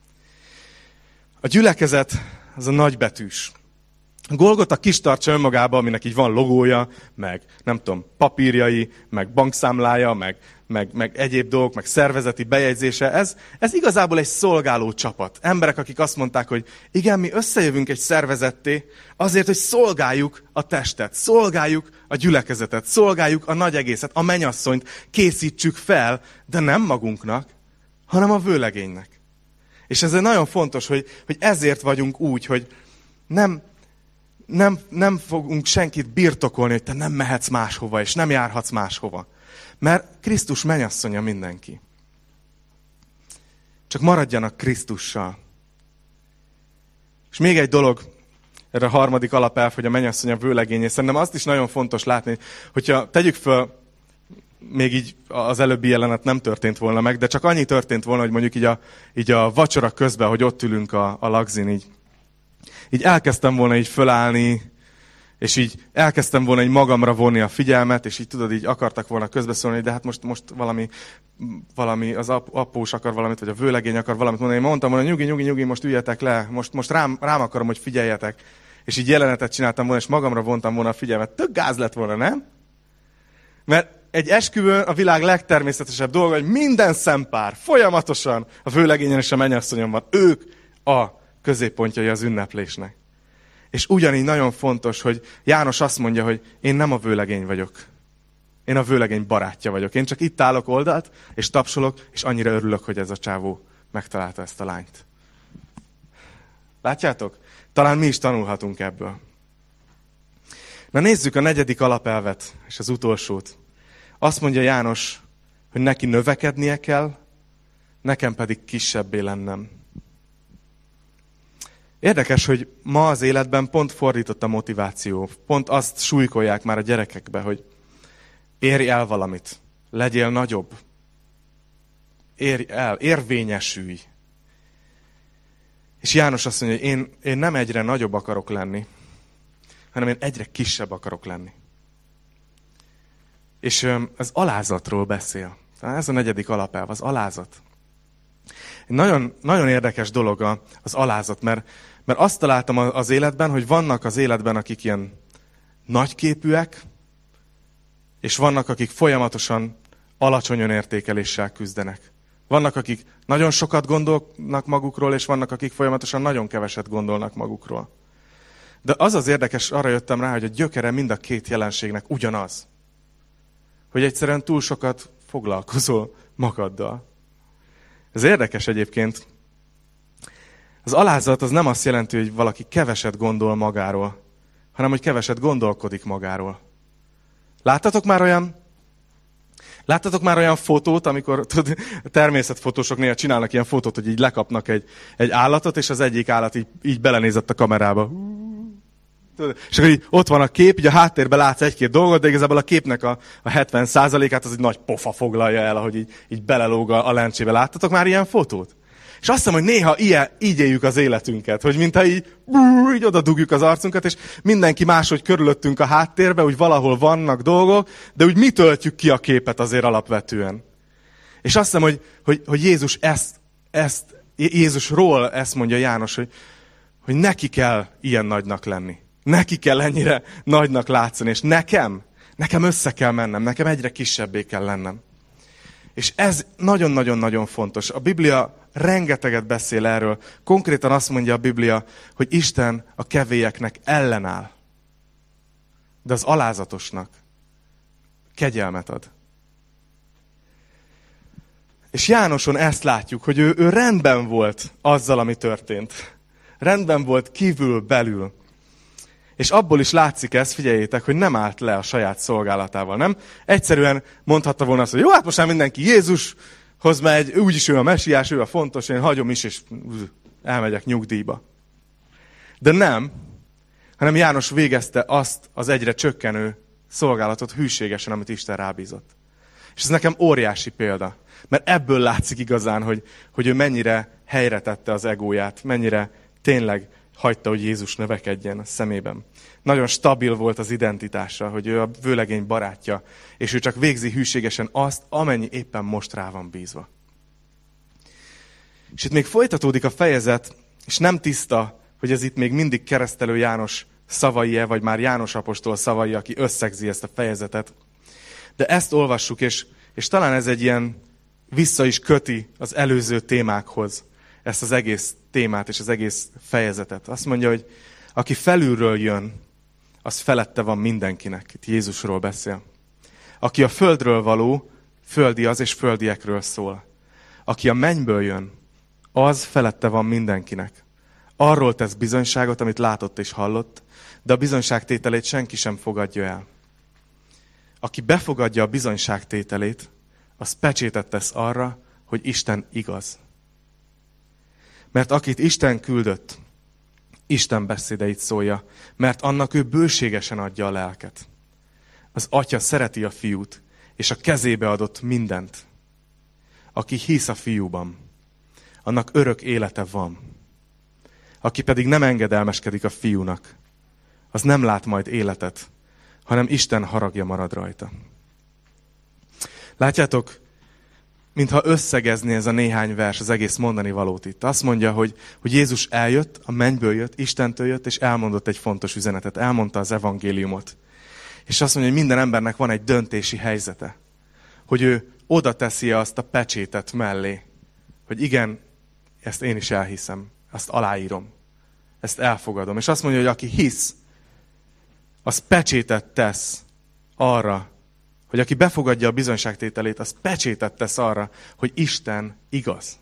A gyülekezet az a nagybetűs. A Golgota kis tartsa önmagában, aminek így van logója, meg nem tudom, papírjai, meg bankszámlája, meg egyéb dolgok, meg szervezeti bejegyzése. Ez igazából egy szolgáló csapat. Emberek, akik azt mondták, hogy igen, mi összejövünk egy szervezetté azért, hogy szolgáljuk a testet, szolgáljuk a gyülekezetet, szolgáljuk a nagy egészet, a mennyasszonyt készítsük fel, de nem magunknak, hanem a vőlegénynek. És ez nagyon fontos, hogy ezért vagyunk úgy, hogy nem fogunk senkit birtokolni, hogy te nem mehetsz máshova, és nem járhatsz máshova. Mert Krisztus mennyasszonya mindenki. Csak maradjanak Krisztussal. És még egy dolog, erre a harmadik alapelv, hogy a mennyasszonya vőlegényé. Szerintem azt is nagyon fontos látni, hogyha tegyük föl, még így az előbbi jelenet nem történt volna meg, de csak annyi történt volna, hogy mondjuk így a vacsora közben, hogy ott ülünk a lagzin, így elkezdtem volna így fölállni, és így elkezdtem volna így magamra vonni a figyelmet, és így tudod, így akartak volna közbeszólni, de hát most valami az após akar valamit, vagy a vőlegény akar valamit mondani. Én mondtam volna, nyugi, most üljetek le, most rám akarom, hogy figyeljetek. És így jelenetet csináltam volna, és magamra vontam volna a figyelmet. Tök gáz lett volna, nem? Mert egy esküvőn a világ legtermészetesebb dolga, hogy minden szempár folyamatosan a vőlegényen és a mennyasszonyon van. Ők a középpontjai az ünneplésnek. És ugyanígy nagyon fontos, hogy János azt mondja, hogy én nem a vőlegény vagyok. Én a vőlegény barátja vagyok. Én csak itt állok oldalt, és tapsolok, és annyira örülök, hogy ez a csávó megtalálta ezt a lányt. Látjátok? Talán mi is tanulhatunk ebből. Na nézzük a negyedik alapelvet, és az utolsót. Azt mondja János, hogy neki növekednie kell, nekem pedig kisebbé lennem. Érdekes, hogy ma az életben pont fordított a motiváció. Pont azt súlykolják már a gyerekekbe, hogy érj el valamit, legyél nagyobb, érj el, érvényesülj. És János azt mondja, hogy én nem egyre nagyobb akarok lenni, hanem én egyre kisebb akarok lenni. És ez alázatról beszél. Ez a negyedik alapelv, az alázat. Nagyon, nagyon érdekes dolog az alázat, mert azt találtam az életben, hogy vannak az életben, akik ilyen nagyképűek, és vannak, akik folyamatosan alacsony önértékeléssel küzdenek. Vannak, akik nagyon sokat gondolnak magukról, és vannak, akik folyamatosan nagyon keveset gondolnak magukról. De az az érdekes, arra jöttem rá, hogy a gyökere mind a két jelenségnek ugyanaz. Hogy egyszerűen túl sokat foglalkozol magaddal. Ez érdekes egyébként. Az alázat az nem azt jelenti, hogy valaki keveset gondol magáról, hanem hogy keveset gondolkodik magáról. Láttatok már olyan fotót, amikor természetfotósok néha csinálnak ilyen fotót, hogy így lekapnak egy állatot, és az egyik állat így belenézett a kamerába. És akkor így ott van a kép, így a háttérben látsz egy-két dolgot, de igazából a képnek a 70%-át az egy nagy pofa foglalja el, ahogy így belelóg a lencsébe. Láttatok már ilyen fotót? És azt hiszem, hogy néha így éljük az életünket, hogy mintha így oda dugjuk az arcunkat, és mindenki máshogy körülöttünk a háttérbe, úgy valahol vannak dolgok, de úgy mi töltjük ki a képet azért alapvetően. És azt hiszem, hogy Jézus Jézusról ezt mondja János, hogy neki kell ilyen nagynak lenni. Neki kell ennyire nagynak látszani, és nekem össze kell mennem, nekem egyre kisebbé kell lennem. És ez nagyon-nagyon-nagyon fontos. A Biblia rengeteget beszél erről. Konkrétan azt mondja a Biblia, hogy Isten a kevélyeknek ellenáll. De az alázatosnak kegyelmet ad. És Jánoson ezt látjuk, hogy ő rendben volt azzal, ami történt. Rendben volt kívül, belül. És abból is látszik ez, figyeljétek, hogy nem állt le a saját szolgálatával, nem? Egyszerűen mondhatta volna azt, hogy jó, hát most már mindenki Jézushoz megy, úgyis ő a mesiás, ő a fontos, én hagyom is, és elmegyek nyugdíjba. De nem, hanem János végezte azt az egyre csökkenő szolgálatot hűségesen, amit Isten rábízott. És ez nekem óriási példa, mert ebből látszik igazán, hogy ő mennyire helyre tette az egóját, mennyire tényleg hagyta, hogy Jézus növekedjen a szemében. Nagyon stabil volt az identitása, hogy ő a vőlegény barátja, és ő csak végzi hűségesen azt, amennyi éppen most rá van bízva. És itt még folytatódik a fejezet, és nem tiszta, hogy ez itt még mindig Keresztelő János szavai-e, vagy már János apostol szavai, aki összegzi ezt a fejezetet. De ezt olvassuk, és talán ez egy ilyen vissza is köti az előző témákhoz ezt az egész témát és az egész fejezetet. Azt mondja, hogy aki felülről jön, az felette van mindenkinek. Itt Jézusról beszél. Aki a földről való, földi az és földiekről szól. Aki a mennyből jön, az felette van mindenkinek. Arról tesz bizonyságot, amit látott és hallott, de a bizonyságtételét senki sem fogadja el. Aki befogadja a bizonyságtételét, az pecsétet tesz arra, hogy Isten igaz. Mert akit Isten küldött, Isten beszédeit szólja, mert annak ő bőségesen adja a lelket. Az Atya szereti a Fiút, és a kezébe adott mindent. Aki hisz a Fiúban, annak örök élete van. Aki pedig nem engedelmeskedik a Fiúnak, az nem lát majd életet, hanem Isten haragja marad rajta. Látjátok, mintha összegezné ez a néhány vers az egész mondani valót itt. Azt mondja, hogy Jézus eljött, a mennyből jött, Istentől jött, és elmondott egy fontos üzenetet. Elmondta az evangéliumot. És azt mondja, hogy minden embernek van egy döntési helyzete. Hogy ő oda teszi azt a pecsétet mellé. Hogy igen, ezt én is elhiszem. Ezt aláírom. Ezt elfogadom. És azt mondja, hogy aki hisz, az pecsétet tesz arra, hogy aki befogadja a bizonyságtételét, az pecsétet tesz arra, hogy Isten igaz.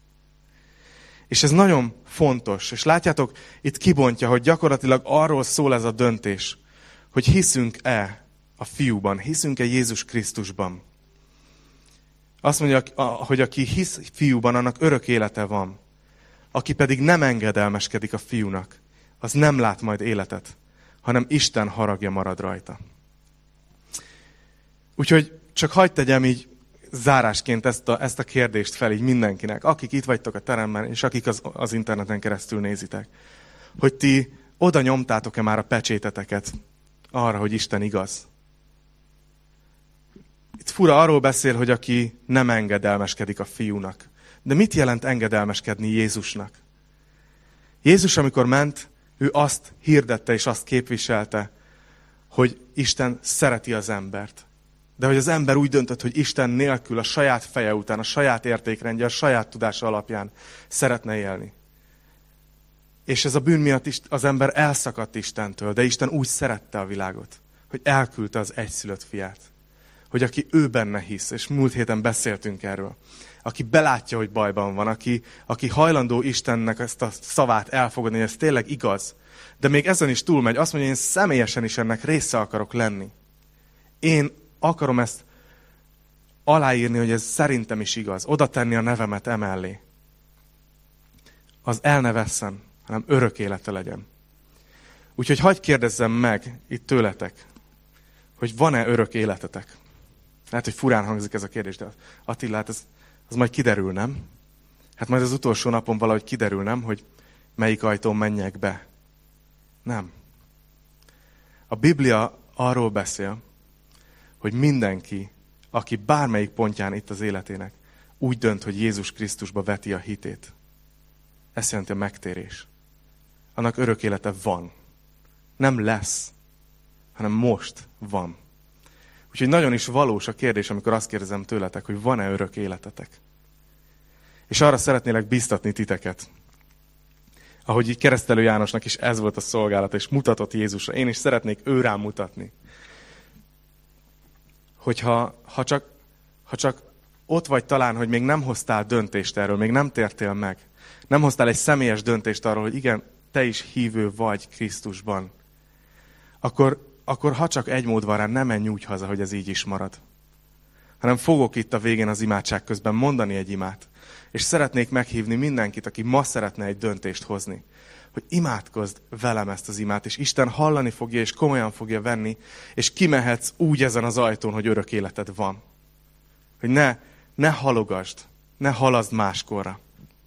És ez nagyon fontos. És látjátok, itt kibontja, hogy gyakorlatilag arról szól ez a döntés, hogy hiszünk-e a Fiúban, hiszünk-e Jézus Krisztusban. Azt mondja, hogy aki hisz Fiúban, annak örök élete van. Aki pedig nem engedelmeskedik a Fiúnak, az nem lát majd életet, hanem Isten haragja marad rajta. Úgyhogy csak hagyd tegyem így zárásként ezt a kérdést fel így mindenkinek, akik itt vagytok a teremben, és akik az interneten keresztül nézitek. Hogy ti oda nyomtátok-e már a pecséteteket arra, hogy Isten igaz? Itt fura arról beszél, hogy aki nem engedelmeskedik a Fiúnak. De mit jelent engedelmeskedni Jézusnak? Jézus, amikor ment, ő azt hirdette és azt képviselte, hogy Isten szereti az embert. De hogy az ember úgy döntött, hogy Isten nélkül, a saját feje után, a saját értékrendje, a saját tudása alapján szeretne élni. És ez a bűn miatt is az ember elszakadt Istentől, de Isten úgy szerette a világot, hogy elküldte az egyszülött fiát. Hogy aki ő benne hisz, és múlt héten beszéltünk erről, aki belátja, hogy bajban van, aki hajlandó Istennek ezt a szavát elfogadni, hogy ez tényleg igaz, de még ezen is túlmegy, azt mondja, én személyesen is ennek része akarok lenni. Én akarom ezt aláírni, hogy ez szerintem is igaz. Oda tenni a nevemet emellé. Az el ne vesszen, hanem örök élete legyen. Úgyhogy hagyj kérdezzem meg itt tőletek, hogy van-e örök életetek? Lehet, hogy furán hangzik ez a kérdés, de Attila, hát az majd kiderül, nem? Hát majd az utolsó napon valahogy kiderül, nem, hogy melyik ajtón menjek be. Nem. A Biblia arról beszél, hogy mindenki, aki bármelyik pontján itt az életének, úgy dönt, hogy Jézus Krisztusba veti a hitét. Ez jelenti a megtérés. Annak örök élete van. Nem lesz, hanem most van. Úgyhogy nagyon is valós a kérdés, amikor azt kérdezem tőletek, hogy van-e örök életetek. És arra szeretnélek biztatni titeket, ahogy így Keresztelő Jánosnak is ez volt a szolgálata, és mutatott Jézusra. Én is szeretnék őrám mutatni. Hogyha csak ott vagy talán, hogy még nem hoztál döntést erről, még nem tértél meg, nem hoztál egy személyes döntést arról, hogy igen, te is hívő vagy Krisztusban, akkor ha csak egy mód van rá, ne menj úgy haza, hogy ez így is marad. Hanem fogok itt a végén az imádság közben mondani egy imát. És szeretnék meghívni mindenkit, aki ma szeretne egy döntést hozni, hogy imádkozd velem ezt az imát, és Isten hallani fogja, és komolyan fogja venni, és kimehetsz úgy ezen az ajtón, hogy örök életed van. Hogy ne halogasd, ne halaszd máskorra.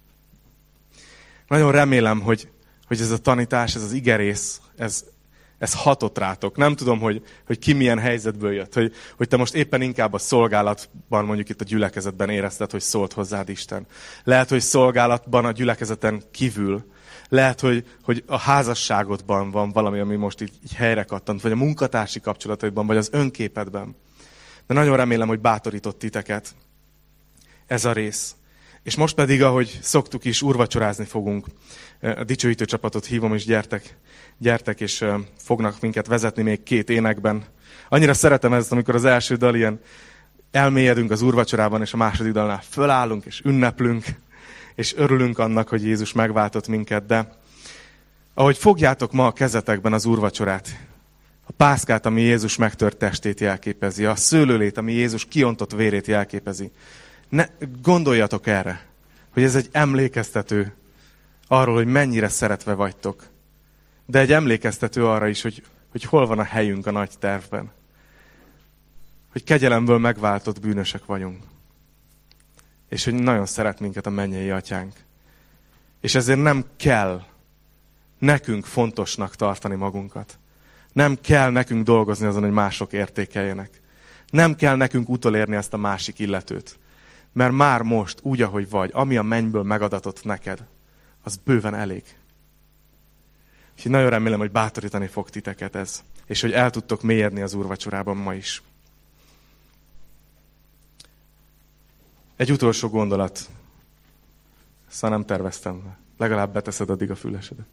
Nagyon remélem, hogy ez a tanítás, ez az igerész, ez hatott rátok. Nem tudom, hogy ki milyen helyzetből jött. Hogy te most éppen inkább a szolgálatban, mondjuk itt a gyülekezetben érezted, hogy szólt hozzád Isten. Lehet, hogy szolgálatban, a gyülekezeten kívül. Lehet, hogy a házasságodban van valami, ami most így helyre kattant, vagy a munkatársi kapcsolatodban, vagy az önképedben. De nagyon remélem, hogy bátorított titeket ez a rész. És most pedig, ahogy szoktuk is, úrvacsorázni fogunk. A dicsőítő csapatot hívom, és gyertek, és fognak minket vezetni még 2 énekben. Annyira szeretem ezt, amikor az első dal ilyen elmélyedünk az úrvacsorában, és a második dalnál fölállunk, és ünneplünk, és örülünk annak, hogy Jézus megváltott minket. De ahogy fogjátok ma a kezetekben az úrvacsorát, a pászkát, ami Jézus megtört testét jelképezi, a szőlőlét, ami Jézus kiontott vérét jelképezi, gondoljatok erre, hogy ez egy emlékeztető arról, hogy mennyire szeretve vagytok. De egy emlékeztető arra is, hogy hol van a helyünk a nagy tervben. Hogy kegyelemből megváltott bűnösök vagyunk. És hogy nagyon szeret minket a mennyei atyánk. És ezért nem kell nekünk fontosnak tartani magunkat. Nem kell nekünk dolgozni azon, hogy mások értékeljenek. Nem kell nekünk utolérni ezt a másik illetőt. Mert már most, úgy, ahogy vagy, ami a mennyből megadatott neked, az bőven elég. És nagyon remélem, hogy bátorítani fog titeket ez, és hogy el tudtok mélyedni az úrvacsorában ma is. Egy utolsó gondolat. Szóval nem terveztem, legalább beteszed addig a fülesedet.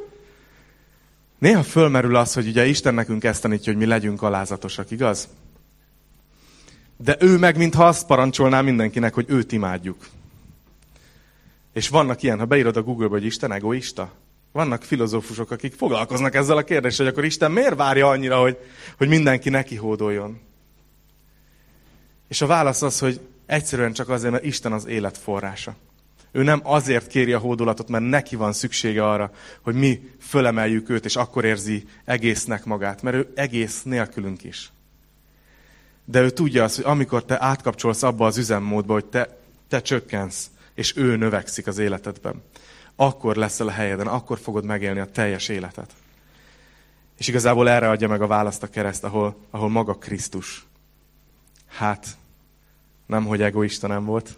Néha fölmerül az, hogy ugye Isten nekünk ezt tanítja, hogy mi legyünk alázatosak, igaz? De ő meg mintha azt parancsolná mindenkinek, hogy őt imádjuk. És vannak ilyen, ha beírod a Google-ba, hogy Isten egoista, vannak filozófusok, akik foglalkoznak ezzel a kérdéssel, hogy akkor Isten miért várja annyira, hogy mindenki neki hódoljon. És a válasz az, hogy egyszerűen csak azért, mert Isten az élet forrása. Ő nem azért kéri a hódolatot, mert neki van szüksége arra, hogy mi fölemeljük őt, és akkor érzi egésznek magát, mert ő egész nélkülünk is. De ő tudja azt, hogy amikor te átkapcsolsz abba az üzemmódba, hogy te csökkensz, és ő növekszik az életedben, akkor leszel a helyeden, akkor fogod megélni a teljes életet. És igazából erre adja meg a választ a kereszt, ahol maga Krisztus. Hát, nem, hogy egoista nem volt,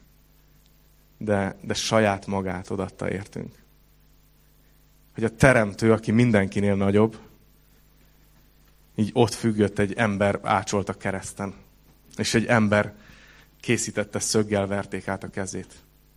de saját magát odaadta értünk. Hogy a teremtő, aki mindenkinél nagyobb, így ott függött, egy ember ácsolt a kereszten. És egy ember készítette, szöggel verték át a kezét.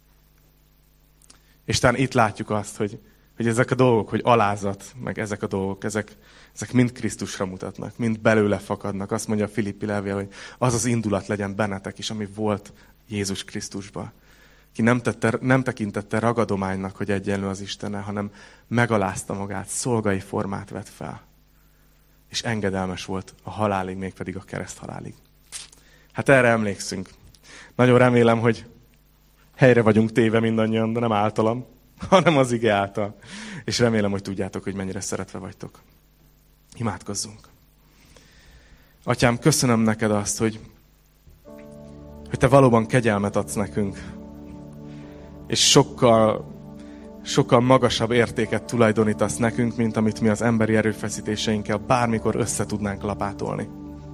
És talán itt látjuk azt, hogy ezek a dolgok, hogy alázat, meg ezek a dolgok, ezek mind Krisztusra mutatnak, mind belőle fakadnak. Azt mondja a Filippi levél, hogy az az indulat legyen bennetek is, ami volt Jézus Krisztusban. Ki nem tekintette ragadománynak, hogy egyenlő az Istennel, hanem megalázta magát, szolgai formát vett fel. És engedelmes volt a halálig, mégpedig a kereszt halálig. Hát erre emlékszünk. Nagyon remélem, hogy helyre vagyunk téve mindannyian, de nem általam, hanem az ige által. És remélem, hogy tudjátok, hogy mennyire szeretve vagytok. Imádkozzunk. Atyám, köszönöm neked azt, hogy te valóban kegyelmet adsz nekünk. és sokkal magasabb értéket tulajdonítasz nekünk, mint amit mi az emberi erőfeszítéseinkkel bármikor össze tudnánk lapátolni.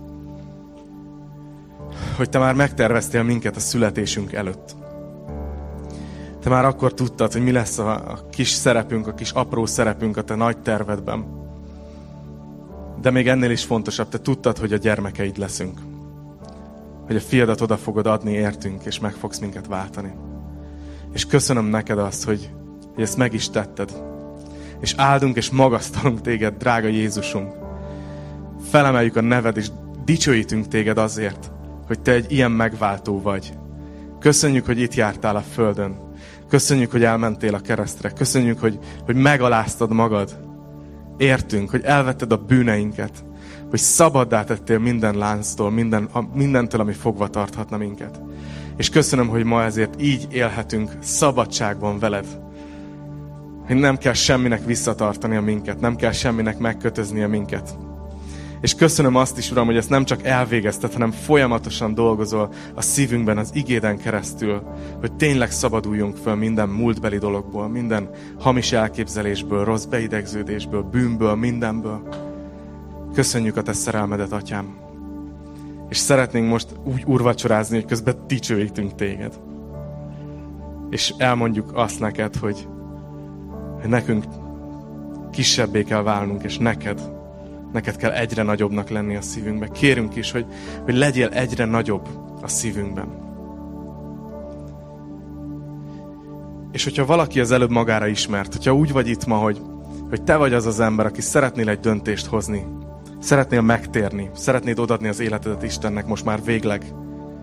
Hogy te már megterveztél minket a születésünk előtt. Te már akkor tudtad, hogy mi lesz a kis szerepünk, a kis apró szerepünk a te nagy tervedben. De még ennél is fontosabb, te tudtad, hogy a gyermekeid leszünk. Hogy a fiadat oda fogod adni értünk, és meg fogsz minket váltani. És köszönöm neked azt, hogy ezt meg is tetted. És áldunk és magasztalunk téged, drága Jézusunk. Felemeljük a neved, és dicsőítünk téged azért, hogy te egy ilyen megváltó vagy. Köszönjük, hogy itt jártál a földön. Köszönjük, hogy elmentél a keresztre. Köszönjük, hogy megaláztad magad. Értünk, hogy elvetted a bűneinket. Hogy szabaddá tettél minden lánctól, mindentől, ami fogva tarthatna minket. És köszönöm, hogy ma ezért így élhetünk szabadságban veled. Hogy nem kell semminek visszatartania minket, nem kell semminek megkötöznie minket. És köszönöm azt is, Uram, hogy ezt nem csak elvégezted, hanem folyamatosan dolgozol a szívünkben, az igéden keresztül, hogy tényleg szabaduljunk föl minden múltbeli dologból, minden hamis elképzelésből, rossz beidegződésből, bűnből, mindenből. Köszönjük a te szerelmedet, Atyám. És szeretnénk most úgy úrvacsorázni, hogy közben dicsőítünk téged. És elmondjuk azt neked, hogy nekünk kisebbé kell válnunk, és neked kell egyre nagyobbnak lenni a szívünkben. Kérünk is, hogy legyél egyre nagyobb a szívünkben. És hogyha valaki az előbb magára ismert, hogyha úgy vagy itt ma, hogy te vagy az az ember, aki szeretnél egy döntést hozni, szeretnél megtérni, szeretnéd odaadni az életedet Istennek most már végleg,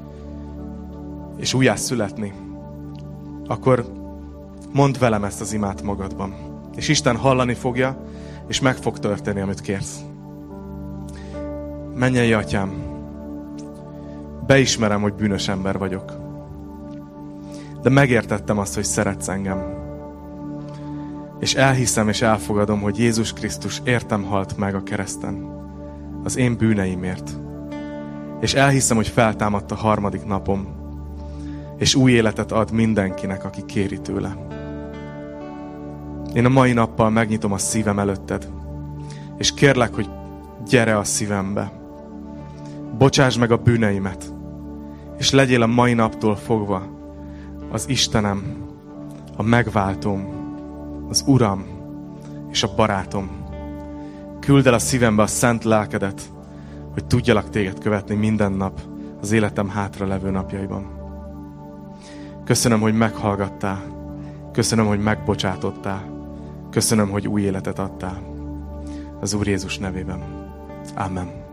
és újjászületni, akkor mondd velem ezt az imát magadban. És Isten hallani fogja, és meg fog történni, amit kérsz. Mennyei Atyám, beismerem, hogy bűnös ember vagyok. De megértettem azt, hogy szeretsz engem. És elhiszem és elfogadom, hogy Jézus Krisztus értem halt meg a kereszten. Az én bűneimért. És elhiszem, hogy feltámadt a harmadik napom. És új életet ad mindenkinek, aki kéri tőle. Én a mai nappal megnyitom a szívem előtted. És kérlek, hogy gyere a szívembe. Bocsásd meg a bűneimet. És legyél a mai naptól fogva az Istenem, a megváltóm, az Uram és a barátom. Küldd el a szívembe a szent lelkedet, hogy tudjalak téged követni minden nap az életem hátra levő napjaiban. Köszönöm, hogy meghallgattál. Köszönöm, hogy megbocsátottál. Köszönöm, hogy új életet adtál. Az Úr Jézus nevében. Amen.